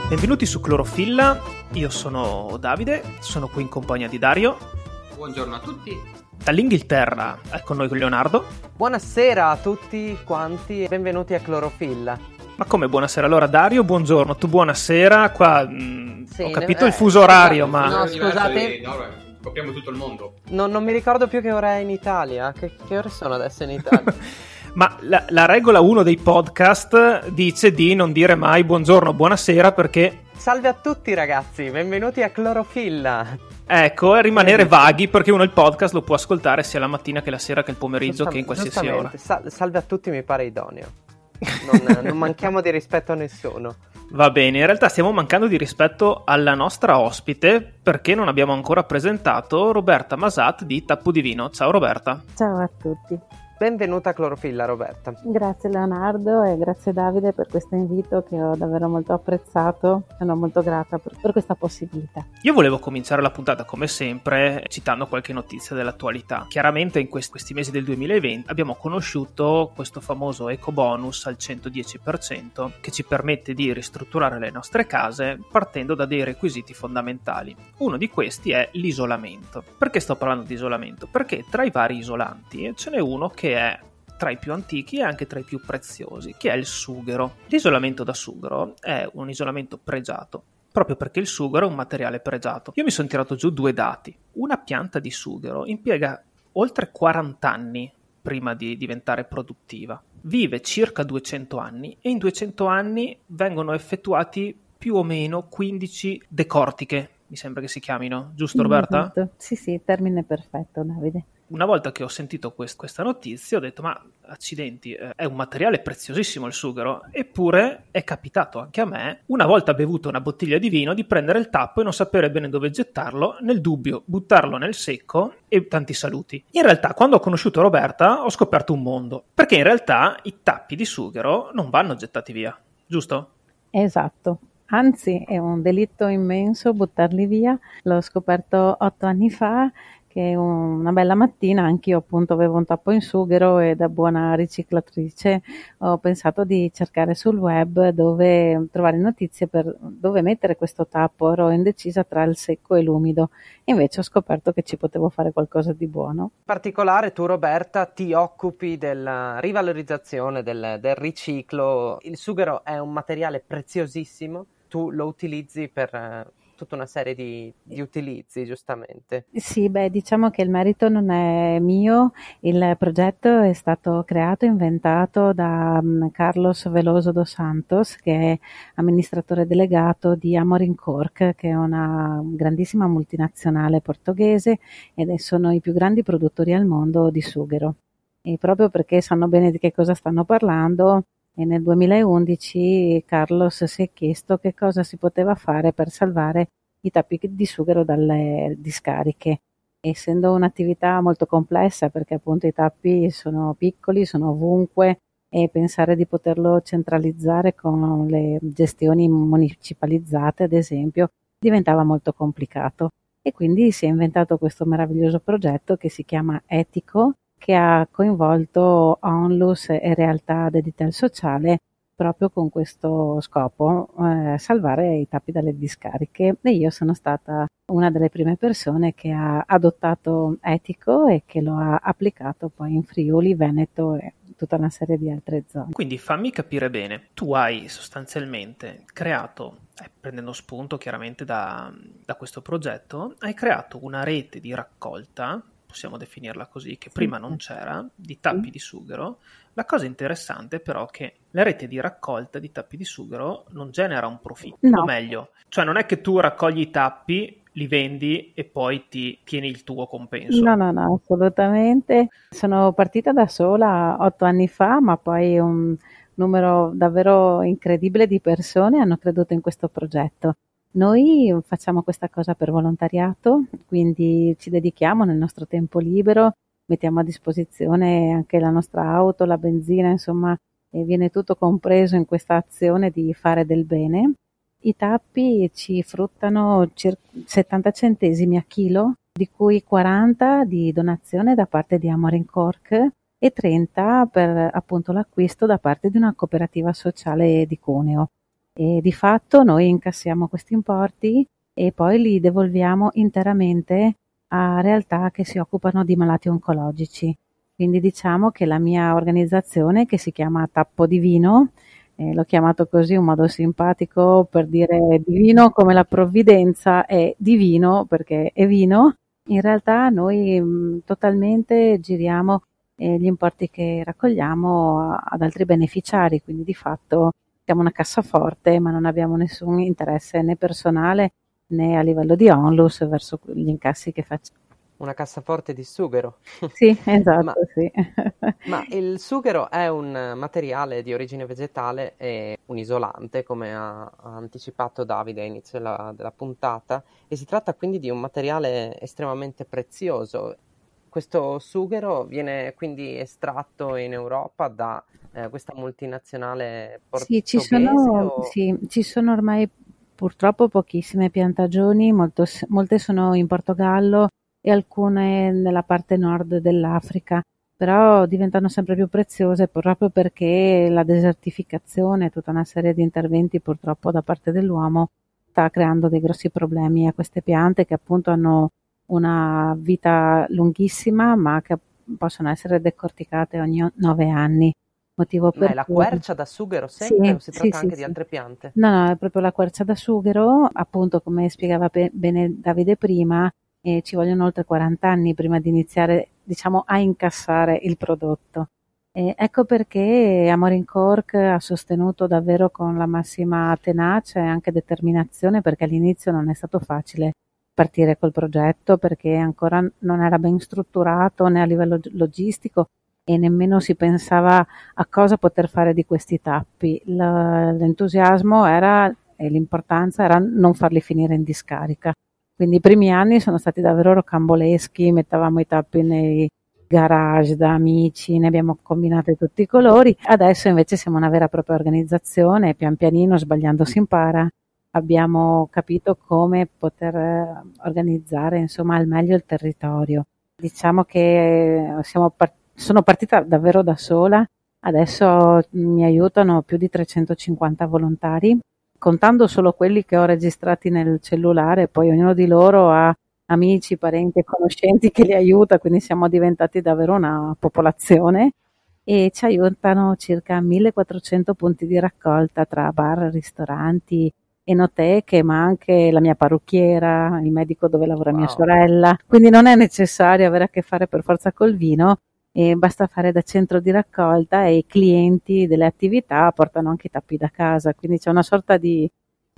Benvenuti su Clorofilla, io sono Davide, sono qui in compagnia di Dario. Buongiorno a tutti. Dall'Inghilterra è con noi Leonardo. Buonasera a tutti quanti e benvenuti a Clorofilla. Ma come buonasera? Allora Dario, buongiore, tu buonasera, qua Sì, ho capito il fuso orario, scusate, ma... no, scusate. Copriamo tutto il mondo. Non mi ricordo più che ora è in Italia, che ore sono adesso in Italia? Ma la regola 1 dei podcast dice di non dire mai buongiorno, buonasera perché... Salve a tutti ragazzi, benvenuti a Clorofilla. Ecco, e rimanere vaghi perché uno il podcast lo può ascoltare sia la mattina che la sera che il pomeriggio che in qualsiasi ora. Salve a tutti mi pare idoneo. Non manchiamo di rispetto a nessuno. Va bene, in realtà stiamo mancando di rispetto alla nostra ospite perché non abbiamo ancora presentato Roberta Masat di Tappo di Vino. Ciao Roberta. Ciao a tutti. Benvenuta a Clorofilla Roberta. Grazie Leonardo e grazie Davide per questo invito che ho davvero molto apprezzato. Sono molto grata per questa possibilità. Io volevo cominciare la puntata come sempre citando qualche notizia dell'attualità. Chiaramente in questi mesi del 2020 abbiamo conosciuto questo famoso ecobonus al 110% che ci permette di ristrutturare le nostre case partendo da dei requisiti fondamentali. Uno di questi è l'isolamento. Perché sto parlando di isolamento? Perché tra i vari isolanti ce n'è uno che è tra i più antichi e anche tra i più preziosi, che è il sughero. L'isolamento da sughero è un isolamento pregiato, proprio perché il sughero è un materiale pregiato. Io mi sono tirato giù due dati. Una pianta di sughero impiega oltre 40 anni prima di diventare produttiva. Vive circa 200 anni e in 200 anni vengono effettuati più o meno 15 decortiche, mi sembra che si chiamino, giusto Roberta? Sì, termine perfetto Davide. Una volta che ho sentito questa notizia ho detto ma accidenti, è un materiale preziosissimo il sughero, eppure è capitato anche a me, una volta bevuto una bottiglia di vino, di prendere il tappo e non sapere bene dove gettarlo, nel dubbio buttarlo nel secco e tanti saluti. In realtà quando ho conosciuto Roberta ho scoperto un mondo, perché in realtà i tappi di sughero non vanno gettati via, giusto? Esatto. Anzi, è un delitto immenso buttarli via. L'ho scoperto 8 anni fa, che una bella mattina anch'io appunto avevo un tappo in sughero e da buona riciclatrice ho pensato di cercare sul web dove trovare notizie per dove mettere questo tappo. Ero indecisa tra il secco e l'umido, invece ho scoperto che ci potevo fare qualcosa di buono. In particolare tu Roberta ti occupi della rivalorizzazione, del riciclo. Il sughero è un materiale preziosissimo, tu lo utilizzi per tutta una serie di utilizzi, giustamente. Sì, diciamo che il merito non è mio, il progetto è stato creato e inventato da Carlos Veloso dos Santos, che è amministratore delegato di Amorim Cork, che è una grandissima multinazionale portoghese ed sono i più grandi produttori al mondo di sughero. E proprio perché sanno bene di che cosa stanno parlando, e nel 2011 Carlos si è chiesto che cosa si poteva fare per salvare i tappi di sughero dalle discariche. Essendo un'attività molto complessa perché appunto i tappi sono piccoli, sono ovunque e pensare di poterlo centralizzare con le gestioni municipalizzate ad esempio diventava molto complicato e quindi si è inventato questo meraviglioso progetto che si chiama Etico, che ha coinvolto Onlus e realtà del sociale proprio con questo scopo, salvare i tappi dalle discariche. E io sono stata una delle prime persone che ha adottato Etico e che lo ha applicato poi in Friuli, Veneto e tutta una serie di altre zone. Quindi fammi capire bene, tu hai sostanzialmente creato, prendendo spunto chiaramente da questo progetto, hai creato una rete di raccolta, possiamo definirla così, che prima non c'era, di tappi di sughero. La cosa interessante però è che la rete di raccolta di tappi di sughero non genera un profitto, o meglio, cioè non è che tu raccogli i tappi, li vendi e poi ti tieni il tuo compenso. No, assolutamente. Sono partita da sola 8 anni fa, ma poi un numero davvero incredibile di persone hanno creduto in questo progetto. Noi facciamo questa cosa per volontariato, quindi ci dedichiamo nel nostro tempo libero, mettiamo a disposizione anche la nostra auto, la benzina, insomma, e viene tutto compreso in questa azione di fare del bene. I tappi ci fruttano 70 centesimi a chilo, di cui 40 di donazione da parte di Amorim Cork e 30 per appunto l'acquisto da parte di una cooperativa sociale di Cuneo. e di fatto noi incassiamo questi importi e poi li devolviamo interamente a realtà che si occupano di malati oncologici. Quindi diciamo che la mia organizzazione, che si chiama Tappo di Vino, l'ho chiamato così un modo simpatico per dire divino come la provvidenza è divino perché è vino, in realtà noi totalmente giriamo gli importi che raccogliamo ad altri beneficiari, quindi di fatto siamo una cassaforte ma non abbiamo nessun interesse né personale né a livello di onlus verso gli incassi che facciamo. Una cassaforte di sughero. Sì, esatto, Ma, sì. ma il sughero è un materiale di origine vegetale e un isolante, come ha anticipato Davide all'inizio della puntata, e si tratta quindi di un materiale estremamente prezioso. Questo sughero viene quindi estratto in Europa da questa multinazionale Sì, portoghese ci sono ormai purtroppo pochissime piantagioni, molte sono in Portogallo e alcune nella parte nord dell'Africa, però diventano sempre più preziose proprio perché la desertificazione, tutta una serie di interventi purtroppo da parte dell'uomo sta creando dei grossi problemi a queste piante che appunto hanno una vita lunghissima ma che possono essere decorticate ogni 9 anni. Motivo Ma è per la cui quercia da sughero sì, sempre o si sì, tratta sì, anche di sì. altre piante? No, no, è proprio la quercia da sughero, appunto come spiegava bene Davide prima, ci vogliono oltre 40 anni prima di iniziare, diciamo, a incassare il prodotto. Ecco perché Amorin Cork ha sostenuto davvero con la massima tenacia e anche determinazione, perché all'inizio non è stato facile partire col progetto, perché ancora non era ben strutturato né a livello logistico e nemmeno si pensava a cosa poter fare di questi tappi. L'entusiasmo era e l'importanza era non farli finire in discarica. Quindi i primi anni sono stati davvero rocamboleschi, mettevamo i tappi nei garage da amici, ne abbiamo combinati tutti i colori. Adesso invece siamo una vera e propria organizzazione, pian pianino, sbagliando si impara, abbiamo capito come poter organizzare insomma al meglio il territorio. Diciamo che sono partita davvero da sola, adesso mi aiutano più di 350 volontari, contando solo quelli che ho registrati nel cellulare, poi ognuno di loro ha amici, parenti e conoscenti che li aiuta, quindi siamo diventati davvero una popolazione e ci aiutano circa 1400 punti di raccolta tra bar, ristoranti, enoteche, ma anche la mia parrucchiera, il medico dove lavora mia sorella. Quindi non è necessario avere a che fare per forza col vino, e basta fare da centro di raccolta e i clienti delle attività portano anche i tappi da casa, quindi c'è una sorta di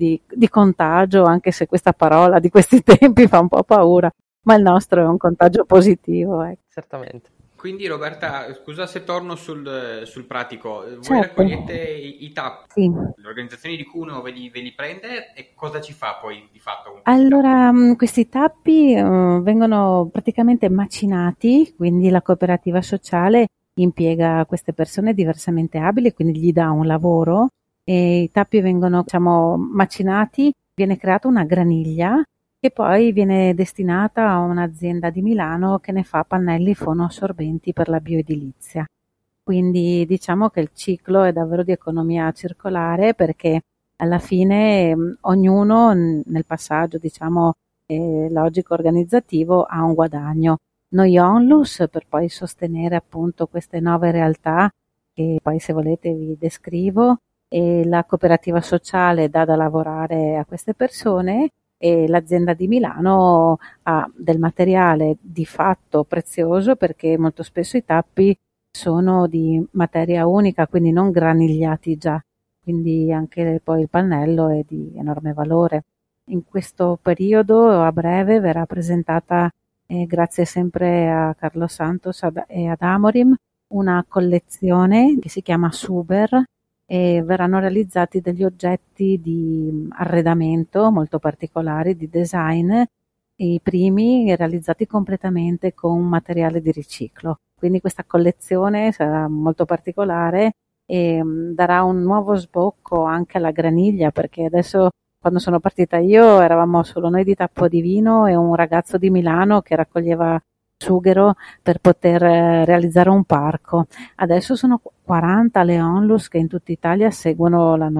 contagio, anche se questa parola di questi tempi fa un po' paura, ma il nostro è un contagio positivo. Ecco. Certamente. Quindi Roberta, scusa se torno sul pratico, voi Certo. raccogliete i tappi, Sì. l'organizzazione di Cuneo ve li prende e cosa ci fa poi di fatto con Allora, questi tappi vengono praticamente macinati, quindi la cooperativa sociale impiega queste persone diversamente abili, quindi gli dà un lavoro e i tappi vengono, diciamo, macinati, viene creata una graniglia che poi viene destinata a un'azienda di Milano che ne fa pannelli fonoassorbenti per la bioedilizia. Quindi diciamo che il ciclo è davvero di economia circolare perché alla fine ognuno nel passaggio, diciamo, logico organizzativo ha un guadagno. Noi Onlus per poi sostenere appunto queste nuove realtà che poi se volete vi descrivo e la cooperativa sociale dà da lavorare a queste persone e l'azienda di Milano ha del materiale di fatto prezioso perché molto spesso i tappi sono di materia unica, quindi non granigliati già, quindi anche poi il pannello è di enorme valore. In questo periodo a breve verrà presentata, grazie sempre a Carlo Santos e ad Amorim, una collezione che si chiama Suber e verranno realizzati degli oggetti di arredamento molto particolari, di design, i primi realizzati completamente con materiale di riciclo. Quindi questa collezione sarà molto particolare e darà un nuovo sbocco anche alla graniglia, perché adesso quando sono partita io eravamo solo noi di Tappo di Vino e un ragazzo di Milano che raccoglieva sughero per poter realizzare un parco. Adesso sono 40 le onlus che in tutta Italia seguono il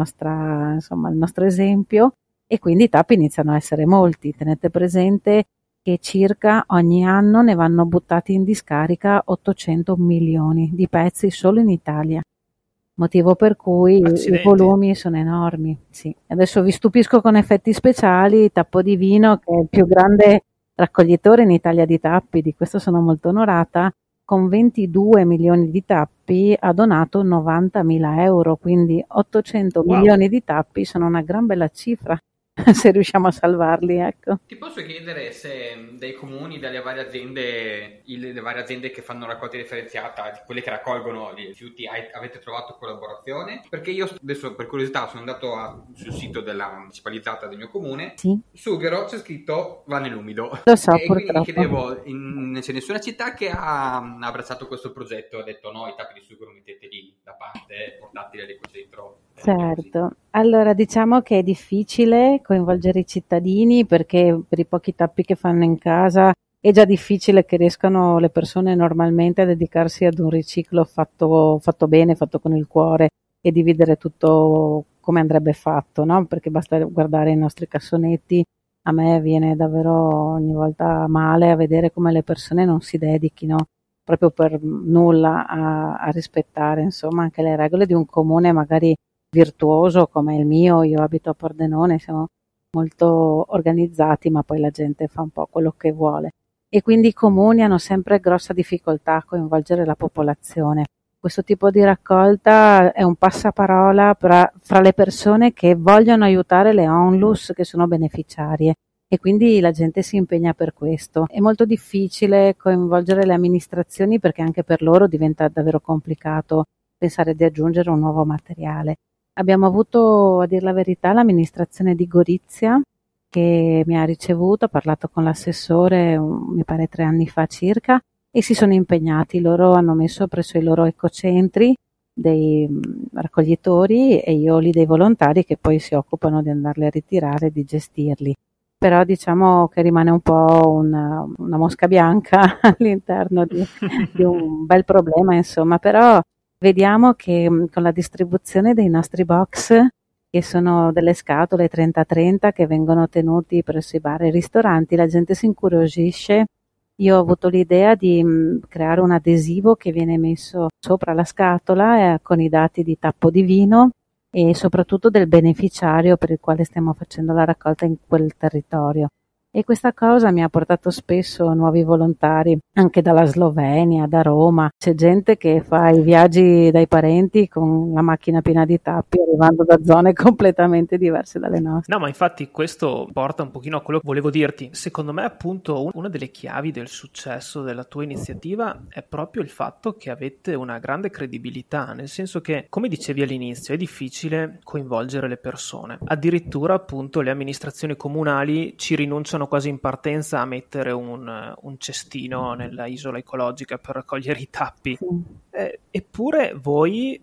nostro esempio, e quindi i tappi iniziano a essere molti. Tenete presente che circa ogni anno ne vanno buttati in discarica 800 milioni di pezzi solo in Italia. Motivo per cui i volumi sono enormi. Sì. Adesso vi stupisco con effetti speciali. Tappo di Vino, che è il più grande raccoglitore in Italia di tappi, di questo sono molto onorata, con 22 milioni di tappi ha donato 90.000 euro, quindi 800 milioni di tappi sono una gran bella cifra. Se riusciamo a salvarli, ecco. Ti posso chiedere se dei comuni, dalle varie aziende, le varie aziende che fanno raccolta differenziata, quelle che raccolgono i rifiuti, avete trovato collaborazione? Perché io adesso, per curiosità, sono andato sul sito della municipalizzata del mio comune. Sì. Sughero c'è scritto va nell'umido. Lo so, e purtroppo. Quindi chiedevo, c'è nessuna città che ha abbracciato questo progetto, ha detto no, i tappi di sughero metteteli da parte, portateli al ecocentro. Certo, allora diciamo che è difficile coinvolgere i cittadini, perché per i pochi tappi che fanno in casa è già difficile che riescano le persone normalmente a dedicarsi ad un riciclo fatto bene, fatto con il cuore, e dividere tutto come andrebbe fatto, no? Perché basta guardare i nostri cassonetti. A me viene davvero ogni volta male a vedere come le persone non si dedichino proprio per nulla a rispettare, insomma, anche le regole di un comune magari virtuoso come il mio. Io abito a Pordenone, siamo molto organizzati, ma poi la gente fa un po' quello che vuole, e quindi i comuni hanno sempre grossa difficoltà a coinvolgere la popolazione. Questo tipo di raccolta è un passaparola fra le persone che vogliono aiutare le onlus che sono beneficiarie, e quindi la gente si impegna per questo. È molto difficile coinvolgere le amministrazioni, perché anche per loro diventa davvero complicato pensare di aggiungere un nuovo materiale. Abbiamo avuto, a dir la verità, l'amministrazione di Gorizia che mi ha ricevuto, ha parlato con l'assessore, mi pare 3 anni fa circa, e si sono impegnati. Loro hanno messo presso i loro ecocentri dei raccoglitori, e io lì dei volontari che poi si occupano di andarli a ritirare e di gestirli. Però diciamo che rimane un po' una mosca bianca all'interno di un bel problema, insomma. Però vediamo che con la distribuzione dei nostri box, che sono delle scatole 30-30 che vengono tenuti presso i bar e i ristoranti, la gente si incuriosisce. Io ho avuto l'idea di creare un adesivo che viene messo sopra la scatola con i dati di Tappo di Vino e soprattutto del beneficiario per il quale stiamo facendo la raccolta in quel territorio. E questa cosa mi ha portato spesso nuovi volontari, anche dalla Slovenia, da Roma. C'è gente che fa i viaggi dai parenti con la macchina piena di tappi, arrivando da zone completamente diverse dalle nostre. No, ma infatti questo porta un pochino a quello che volevo dirti. Secondo me, appunto, una delle chiavi del successo della tua iniziativa è proprio il fatto che avete una grande credibilità, nel senso che, come dicevi all'inizio, è difficile coinvolgere le persone. Addirittura, appunto, le amministrazioni comunali ci rinunciano quasi in partenza a mettere un cestino nella isola ecologica per raccogliere i tappi. Sì. Eppure voi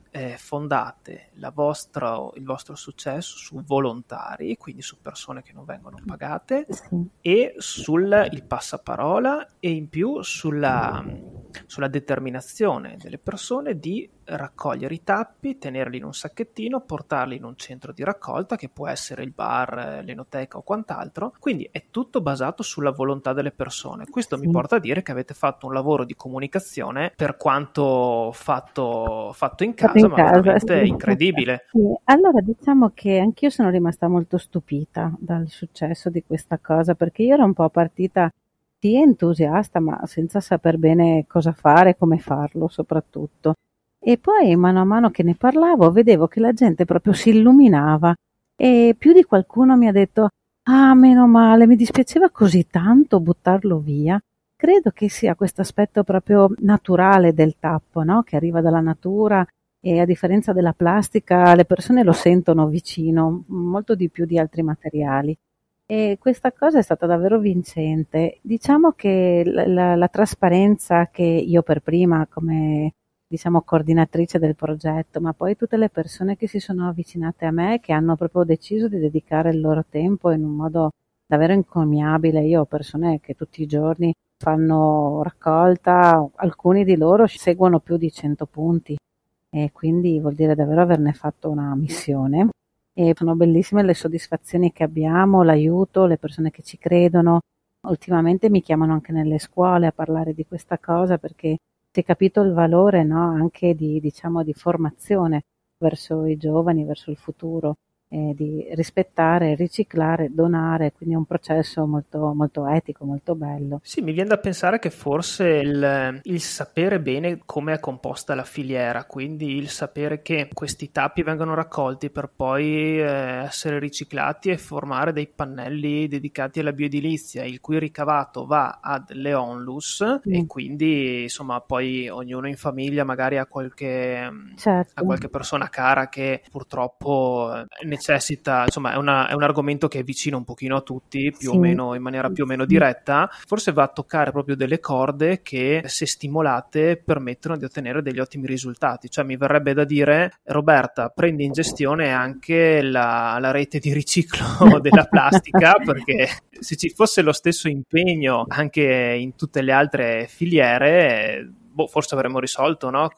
fondate il vostro successo su volontari, quindi su persone che non vengono pagate, Sì. e sul il passaparola, e in più sulla determinazione delle persone di raccogliere i tappi, tenerli in un sacchettino, portarli in un centro di raccolta che può essere il bar, l'enoteca o quant'altro. Quindi è tutto basato sulla volontà delle persone. Questo mi porta a dire che avete fatto un lavoro di comunicazione, per quanto fatto in casa, ma veramente incredibile. Sì. Allora diciamo che anch'io sono rimasta molto stupita dal successo di questa cosa, perché io ero un po' partita sì entusiasta, ma senza saper bene cosa fare, come farlo soprattutto. E poi mano a mano che ne parlavo vedevo che la gente proprio si illuminava, e più di qualcuno mi ha detto: ah, meno male, mi dispiaceva così tanto buttarlo via. Credo che sia questo aspetto proprio naturale del tappo, no? Che arriva dalla natura, e a differenza della plastica le persone lo sentono vicino molto di più di altri materiali. E questa cosa è stata davvero vincente. Diciamo che la trasparenza che io per prima, come diciamo coordinatrice del progetto, ma poi tutte le persone che si sono avvicinate a me, che hanno proprio deciso di dedicare il loro tempo in un modo davvero encomiabile. Io ho persone che tutti i giorni fanno raccolta, alcuni di loro seguono più di 100 punti e quindi vuol dire davvero averne fatto una missione. E sono bellissime le soddisfazioni che abbiamo, l'aiuto, le persone che ci credono. Ultimamente mi chiamano anche nelle scuole a parlare di questa cosa perché si è capito il valore, no, anche di formazione verso i giovani, verso il futuro, di rispettare, riciclare, donare, quindi è un processo molto, molto etico, molto bello. Sì, mi viene da pensare che forse il sapere bene come è composta la filiera, quindi il sapere che questi tappi vengono raccolti per poi essere riciclati e formare dei pannelli dedicati alla bioedilizia, il cui ricavato va ad le onlus e quindi insomma poi ognuno in famiglia magari ha qualche persona cara che purtroppo necessita, insomma è un argomento che è vicino un pochino a tutti, più o meno in maniera più o meno diretta, forse va a toccare proprio delle corde che, se stimolate, permettono di ottenere degli ottimi risultati. Cioè mi verrebbe da dire: Roberta, prendi in gestione anche la rete di riciclo della plastica, perché se ci fosse lo stesso impegno anche in tutte le altre filiere, forse avremmo risolto, no?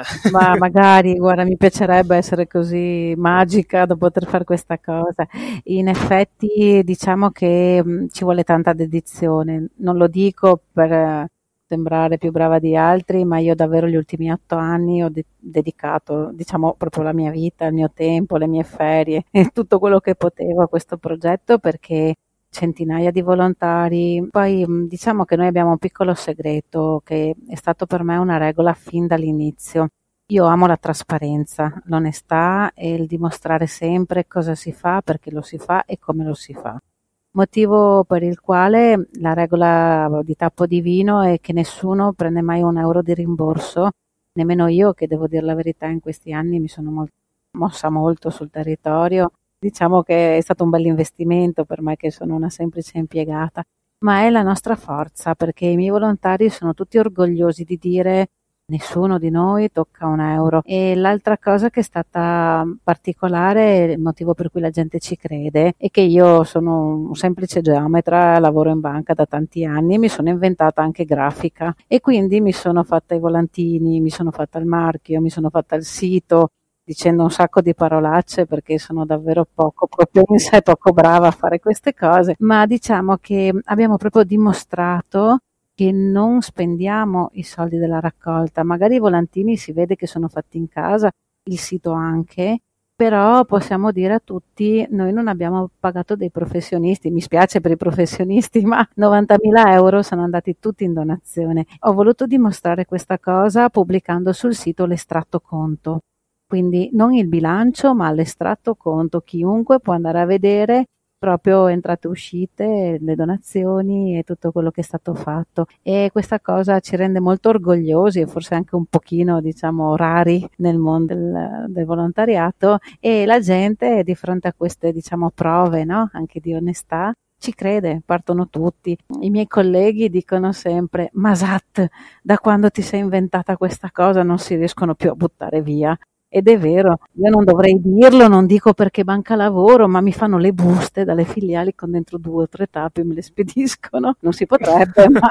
Ma magari, guarda, mi piacerebbe essere così magica da poter fare questa cosa. In effetti, diciamo che ci vuole tanta dedizione. Non lo dico per sembrare più brava di altri, ma io davvero gli ultimi 8 anni ho dedicato, diciamo, proprio la mia vita, il mio tempo, le mie ferie e tutto quello che potevo a questo progetto, perché centinaia di volontari. Poi diciamo che noi abbiamo un piccolo segreto che è stato per me una regola fin dall'inizio. Io amo la trasparenza, l'onestà e il dimostrare sempre cosa si fa, perché lo si fa e come lo si fa. Motivo per il quale la regola di Tappo di Vino è che nessuno prende mai €1 di rimborso, nemmeno io, che devo dire la verità, in questi anni mi sono mossa molto sul territorio. Diciamo che è stato un bel investimento per me, che sono una semplice impiegata, ma è la nostra forza, perché i miei volontari sono tutti orgogliosi di dire: nessuno di noi tocca €1. E l'altra cosa che è stata particolare, il motivo per cui la gente ci crede, è che io sono un semplice geometra, lavoro in banca da tanti anni e mi sono inventata anche grafica, e quindi mi sono fatta i volantini, mi sono fatta il marchio, mi sono fatta il sito, dicendo un sacco di parolacce perché sono davvero proprio in sé poco brava a fare queste cose, ma diciamo che abbiamo proprio dimostrato che non spendiamo i soldi della raccolta. Magari i volantini si vede che sono fatti in casa, il sito anche, però possiamo dire a tutti: noi non abbiamo pagato dei professionisti, mi spiace per i professionisti, ma €90.000 sono andati tutti in donazione. Ho voluto dimostrare questa cosa pubblicando sul sito l'estratto conto. Quindi non il bilancio, ma l'estratto conto. Chiunque può andare a vedere proprio entrate e uscite, le donazioni e tutto quello che è stato fatto. E questa cosa ci rende molto orgogliosi e forse anche un pochino, diciamo, rari nel mondo del volontariato, e la gente di fronte a queste, diciamo, prove, no? Anche di onestà, ci crede, partono tutti. I miei colleghi dicono sempre: Masat, da quando ti sei inventata questa cosa non si riescono più a buttare via. Ed è vero, io non dovrei dirlo, non dico perché manca lavoro, ma mi fanno le buste dalle filiali con dentro 2 o 3 tappi, me le spediscono. Non si potrebbe, ma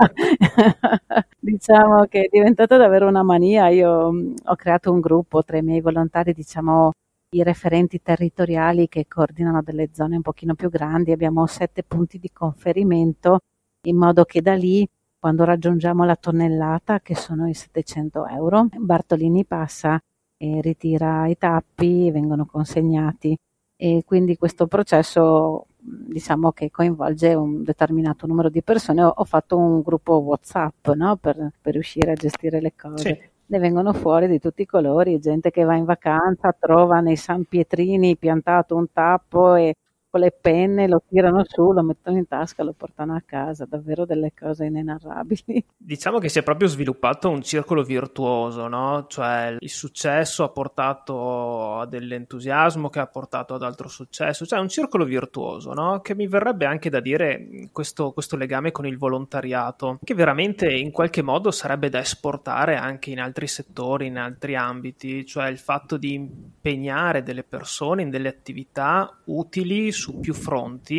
diciamo che è diventata davvero una mania. Io ho creato un gruppo tra i miei volontari, diciamo i referenti territoriali che coordinano delle zone un pochino più grandi. Abbiamo 7 punti di conferimento, in modo che da lì, quando raggiungiamo la tonnellata, che sono i €700, Bartolini passa e ritira i tappi, vengono consegnati, e quindi questo processo, diciamo, che coinvolge un determinato numero di persone. Ho fatto un gruppo WhatsApp, no? per riuscire a gestire le cose. Sì. Ne vengono fuori di tutti i colori, gente che va in vacanza, trova nei San Pietrini piantato un tappo e con le penne lo tirano su, lo mettono in tasca, lo portano a casa. Davvero delle cose inenarrabili. Diciamo che si è proprio sviluppato un circolo virtuoso, no? Cioè il successo ha portato a dell'entusiasmo che ha portato ad altro successo, cioè un circolo virtuoso, no? Che mi verrebbe anche da dire questo legame con il volontariato, che veramente in qualche modo sarebbe da esportare anche in altri settori, in altri ambiti, cioè il fatto di impegnare delle persone in delle attività utili su più fronti,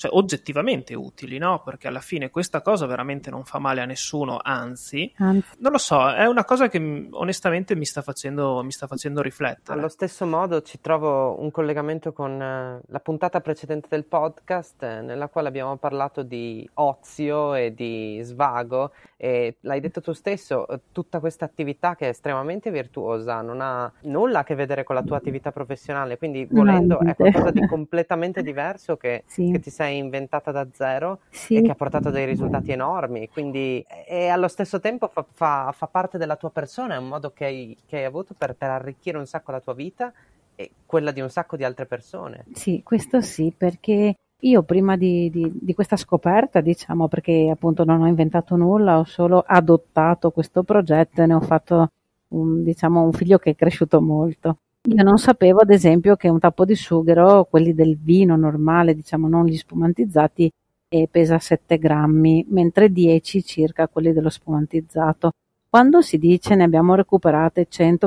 cioè oggettivamente utili, no? Perché alla fine questa cosa veramente non fa male a nessuno, anzi, non lo so, è una cosa che onestamente mi sta facendo riflettere. Allo stesso modo ci trovo un collegamento con la puntata precedente del podcast, nella quale abbiamo parlato di ozio e di svago, e l'hai detto tu stesso, tutta questa attività che è estremamente virtuosa non ha nulla a che vedere con la tua attività professionale, quindi volendo è qualcosa di completamente diverso che ti sei inventata da zero e che ha portato dei risultati enormi, quindi e allo stesso tempo fa parte della tua persona, è un modo che hai avuto per arricchire un sacco la tua vita e quella di un sacco di altre persone. Sì, questo sì, perché io prima di questa scoperta, diciamo, perché appunto non ho inventato nulla, ho solo adottato questo progetto e ne ho fatto un figlio che è cresciuto molto. Io non sapevo, ad esempio, che un tappo di sughero, quelli del vino normale, diciamo, non gli spumantizzati, pesa 7 grammi, mentre 10 circa quelli dello spumantizzato. Quando si dice ne abbiamo recuperate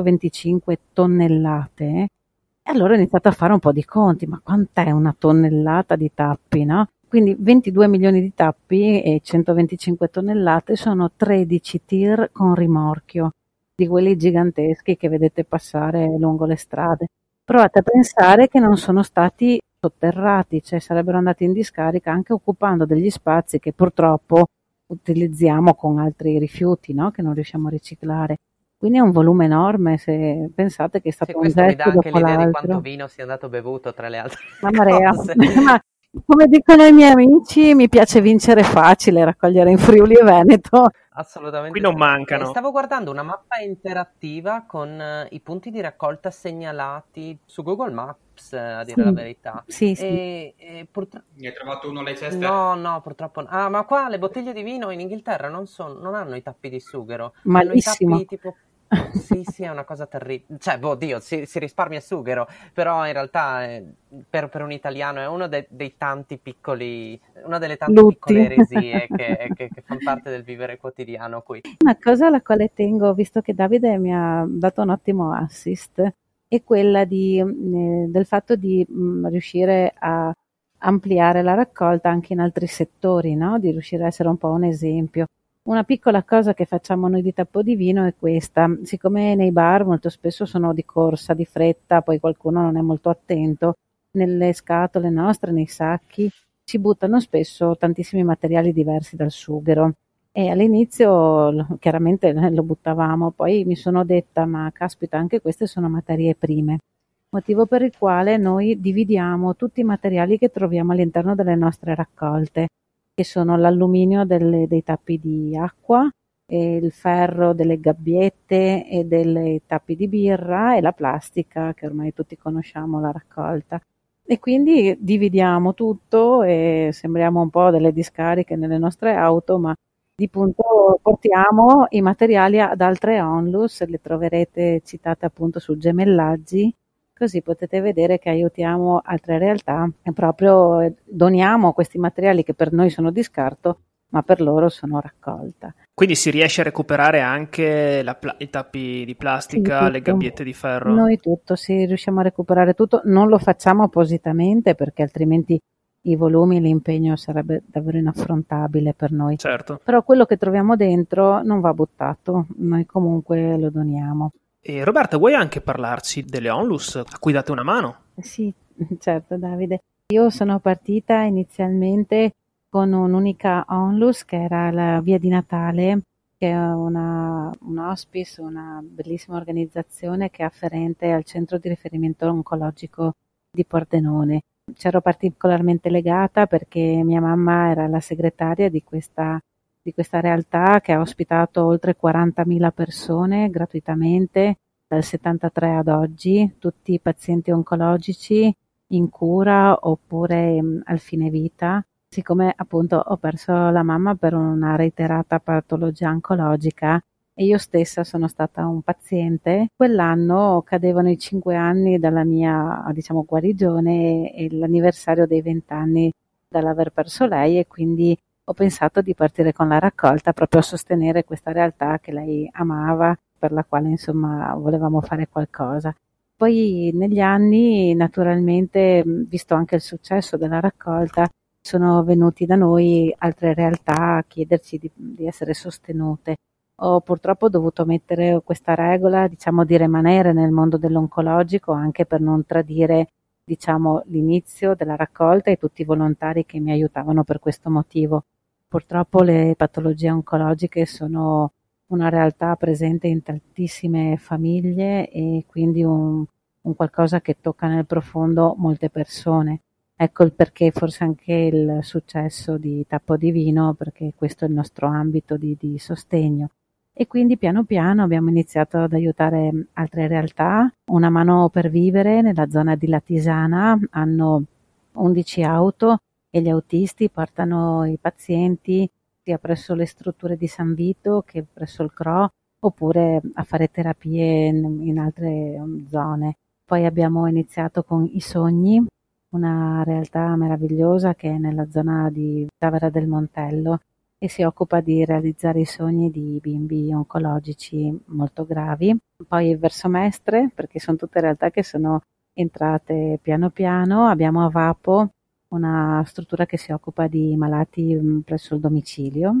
125 tonnellate, allora ho iniziato a fare un po' di conti, ma quant'è una tonnellata di tappi, no? Quindi 22 milioni di tappi e 125 tonnellate sono 13 tir con rimorchio, di quelli giganteschi che vedete passare lungo le strade. Provate a pensare che non sono stati sotterrati, cioè sarebbero andati in discarica anche occupando degli spazi che purtroppo utilizziamo con altri rifiuti, no? Che non riusciamo a riciclare. Quindi è un volume enorme, se pensate che è stato un questo mi dà gesto anche dopo l'idea l'altro. di quanto vino sia andato bevuto tra le altre Una marea. cose. Ma come dicono i miei amici, mi piace vincere facile, raccogliere in Friuli e Veneto. Assolutamente. Qui non mancano. Stavo guardando una mappa interattiva con i punti di raccolta segnalati su Google Maps, a dire la verità. Sì. E purtroppo... Ne hai trovato uno a Leicester? No, purtroppo no. Ah, ma qua le bottiglie di vino in Inghilterra non hanno i tappi di sughero. Malissimo. Hanno i tappi tipo... Sì, è una cosa terribile. Cioè, si risparmia sughero, però in realtà per un italiano è uno dei tanti piccoli, una delle tante lutti. piccole eresie che fanno parte del vivere quotidiano qui. Una cosa alla quale tengo, visto che Davide mi ha dato un ottimo assist, è quella del fatto di riuscire a ampliare la raccolta anche in altri settori, no? Di riuscire a essere un po' un esempio. Una piccola cosa che facciamo noi di Tappo di Vino è questa: siccome nei bar molto spesso sono di corsa, di fretta, poi qualcuno non è molto attento, nelle scatole nostre, nei sacchi, si buttano spesso tantissimi materiali diversi dal sughero. E all'inizio chiaramente lo buttavamo, poi mi sono detta, ma caspita, anche queste sono materie prime. Motivo per il quale noi dividiamo tutti i materiali che troviamo all'interno delle nostre raccolte, che sono l'alluminio dei tappi di acqua, e il ferro delle gabbiette e dei tappi di birra, e la plastica che ormai tutti conosciamo, la raccolta. E quindi dividiamo tutto e sembriamo un po' delle discariche nelle nostre auto, ma di punto portiamo i materiali ad altre onlus, le troverete citate appunto su Gemellaggi, così potete vedere che aiutiamo altre realtà e proprio doniamo questi materiali che per noi sono di scarto, ma per loro sono raccolta. Quindi si riesce a recuperare anche i tappi di plastica, sì, le gabbiette di ferro? Noi tutto, sì, riusciamo a recuperare tutto, non lo facciamo appositamente perché altrimenti i volumi e l'impegno sarebbe davvero inaffrontabile per noi. Certo. Però quello che troviamo dentro non va buttato, noi comunque lo doniamo. E Roberta, vuoi anche parlarci delle onlus a cui date una mano? Sì, certo Davide. Io sono partita inizialmente con un'unica onlus che era la Via di Natale, che è un hospice, una bellissima organizzazione che è afferente al centro di riferimento oncologico di Pordenone. C'ero particolarmente legata perché mia mamma era la segretaria di questa realtà che ha ospitato oltre 40.000 persone gratuitamente dal 73 ad oggi, tutti i pazienti oncologici in cura oppure al fine vita. Siccome appunto ho perso la mamma per una reiterata patologia oncologica e io stessa sono stata un paziente, quell'anno cadevano i 5 anni dalla mia, diciamo, guarigione e l'anniversario dei 20 anni dall'aver perso lei, e quindi ho pensato di partire con la raccolta proprio a sostenere questa realtà che lei amava, per la quale insomma volevamo fare qualcosa. Poi negli anni, naturalmente, visto anche il successo della raccolta, sono venuti da noi altre realtà a chiederci di essere sostenute. Ho purtroppo dovuto mettere questa regola, diciamo, di rimanere nel mondo dell'oncologico, anche per non tradire, diciamo, l'inizio della raccolta e tutti i volontari che mi aiutavano per questo motivo. Purtroppo le patologie oncologiche sono una realtà presente in tantissime famiglie e quindi un qualcosa che tocca nel profondo molte persone. Ecco il perché forse anche il successo di Tappo di Vino, perché questo è il nostro ambito di sostegno. E quindi piano piano abbiamo iniziato ad aiutare altre realtà. Una Mano per Vivere nella zona di Latisana hanno 11 auto e gli autisti portano i pazienti sia presso le strutture di San Vito che presso il CRO, oppure a fare terapie in altre zone. Poi abbiamo iniziato con I Sogni, una realtà meravigliosa che è nella zona di Tavera del Montello e si occupa di realizzare i sogni di bimbi oncologici molto gravi. Poi Verso Mestre, perché sono tutte realtà che sono entrate piano piano. Abbiamo Avapo, una struttura che si occupa di malati presso il domicilio,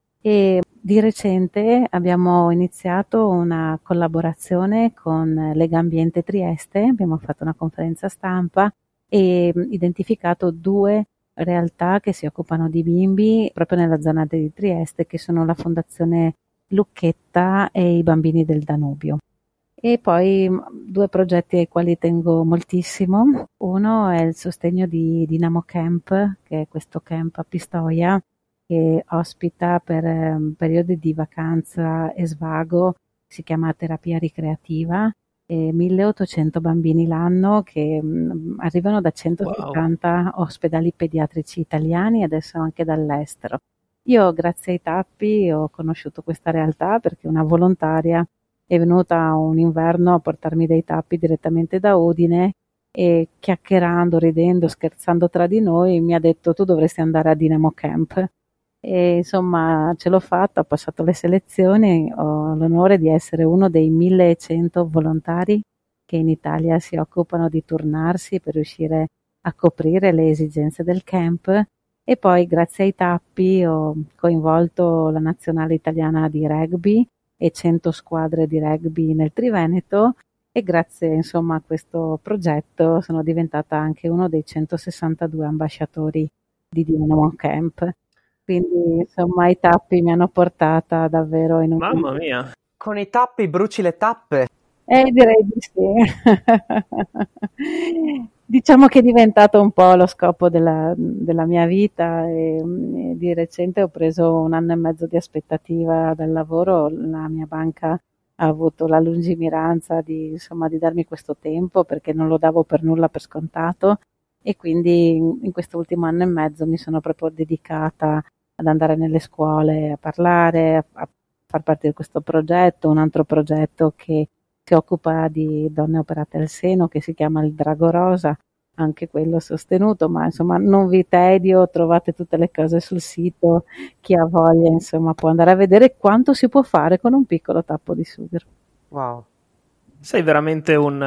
e di recente abbiamo iniziato una collaborazione con Lega Ambiente Trieste. Abbiamo fatto una conferenza stampa e identificato 2 realtà che si occupano di bimbi proprio nella zona di Trieste, che sono la Fondazione Lucchetta e i Bambini del Danubio. E poi 2 progetti ai quali tengo moltissimo. Uno è il sostegno di Dinamo Camp, che è questo camp a Pistoia che ospita per periodi di vacanza e svago, si chiama terapia ricreativa, e 1800 bambini l'anno che arrivano da 170 ospedali pediatrici italiani e adesso anche dall'estero. Io grazie ai Tappi ho conosciuto questa realtà perché una volontaria è venuta un inverno a portarmi dei tappi direttamente da Udine e chiacchierando, ridendo, scherzando tra di noi mi ha detto: tu dovresti andare a Dinamo Camp. E insomma ce l'ho fatta, ho passato le selezioni, ho l'onore di essere uno dei 1100 volontari che in Italia si occupano di turnarsi per riuscire a coprire le esigenze del camp. E poi grazie ai Tappi ho coinvolto la nazionale italiana di rugby e 100 squadre di rugby nel Triveneto, e grazie insomma a questo progetto sono diventata anche uno dei 162 ambasciatori di Dinamo Camp. Quindi insomma i Tappi mi hanno portata davvero in un... Mamma mia! Con i Tappi bruci le tappe? Direi di sì. Diciamo che è diventato un po' lo scopo della mia vita e di recente ho preso 1 anno e mezzo di aspettativa dal lavoro. La mia banca ha avuto la lungimiranza di darmi questo tempo, perché non lo davo per nulla per scontato, e quindi in questo ultimo anno e mezzo mi sono proprio dedicata ad andare nelle scuole a parlare, a far parte di questo progetto, un altro progetto che si occupa di donne operate al seno che si chiama il Drago Rosa, anche quello sostenuto, ma insomma non vi tedio, trovate tutte le cose sul sito, chi ha voglia insomma può andare a vedere quanto si può fare con un piccolo tappo di sughero. Wow. Sei veramente un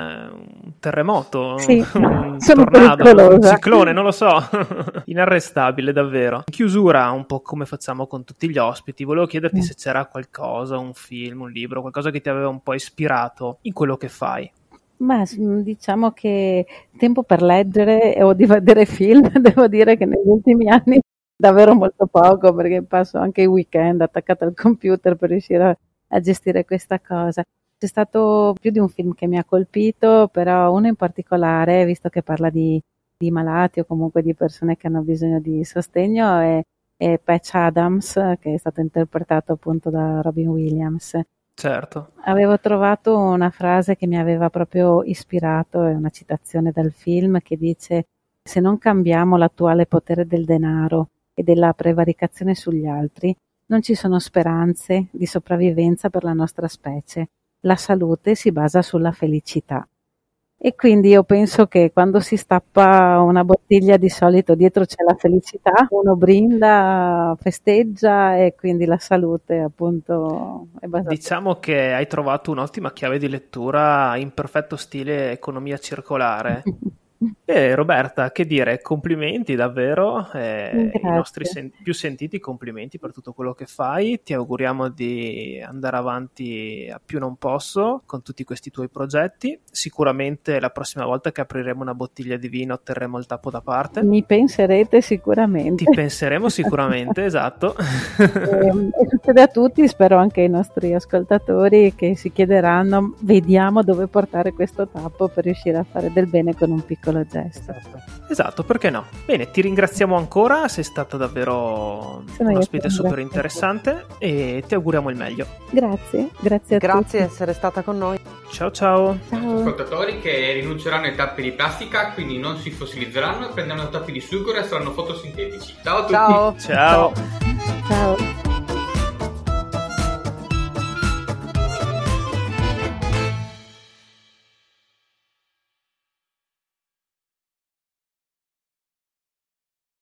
terremoto, sì, un sono tornado, pericolosa. Un ciclone, non lo so, inarrestabile davvero. In chiusura, un po' come facciamo con tutti gli ospiti, volevo chiederti se c'era qualcosa, un film, un libro, qualcosa che ti aveva un po' ispirato in quello che fai. Ma diciamo che tempo per leggere o di vedere film, devo dire che negli ultimi anni davvero molto poco, perché passo anche i weekend attaccata al computer per riuscire a gestire questa cosa. C'è stato più di un film che mi ha colpito, però uno in particolare, visto che parla di malati o comunque di persone che hanno bisogno di sostegno, è Patch Adams, che è stato interpretato appunto da Robin Williams. Certo. Avevo trovato una frase che mi aveva proprio ispirato, è una citazione dal film che dice: se non cambiamo l'attuale potere del denaro e della prevaricazione sugli altri, non ci sono speranze di sopravvivenza per la nostra specie. La salute si basa sulla felicità. E quindi io penso che quando si stappa una bottiglia di solito dietro c'è la felicità, uno brinda, festeggia, e quindi la salute appunto è basata. Diciamo che hai trovato un'ottima chiave di lettura in perfetto stile economia circolare. Roberta, che dire, complimenti davvero, i nostri più sentiti complimenti per tutto quello che fai, ti auguriamo di andare avanti a più non posso con tutti questi tuoi progetti, sicuramente la prossima volta che apriremo una bottiglia di vino terremo il tappo da parte. Mi penserete sicuramente. Ti penseremo sicuramente, esatto. E succede a tutti, spero anche ai nostri ascoltatori che si chiederanno, vediamo dove portare questo tappo per riuscire a fare del bene con un piccolo gesto. Esatto, perché no? Bene, ti ringraziamo ancora, sei stata davvero un ospite super interessante e ti auguriamo il meglio. Grazie a tutti. Grazie di essere stata con noi. Ciao ciao. Ascoltatori che rinunceranno ai tappi di plastica, quindi non si fossilizzeranno e prenderanno tappi di sughero e saranno fotosintetici. Ciao a tutti. Ciao. Ciao. Ciao.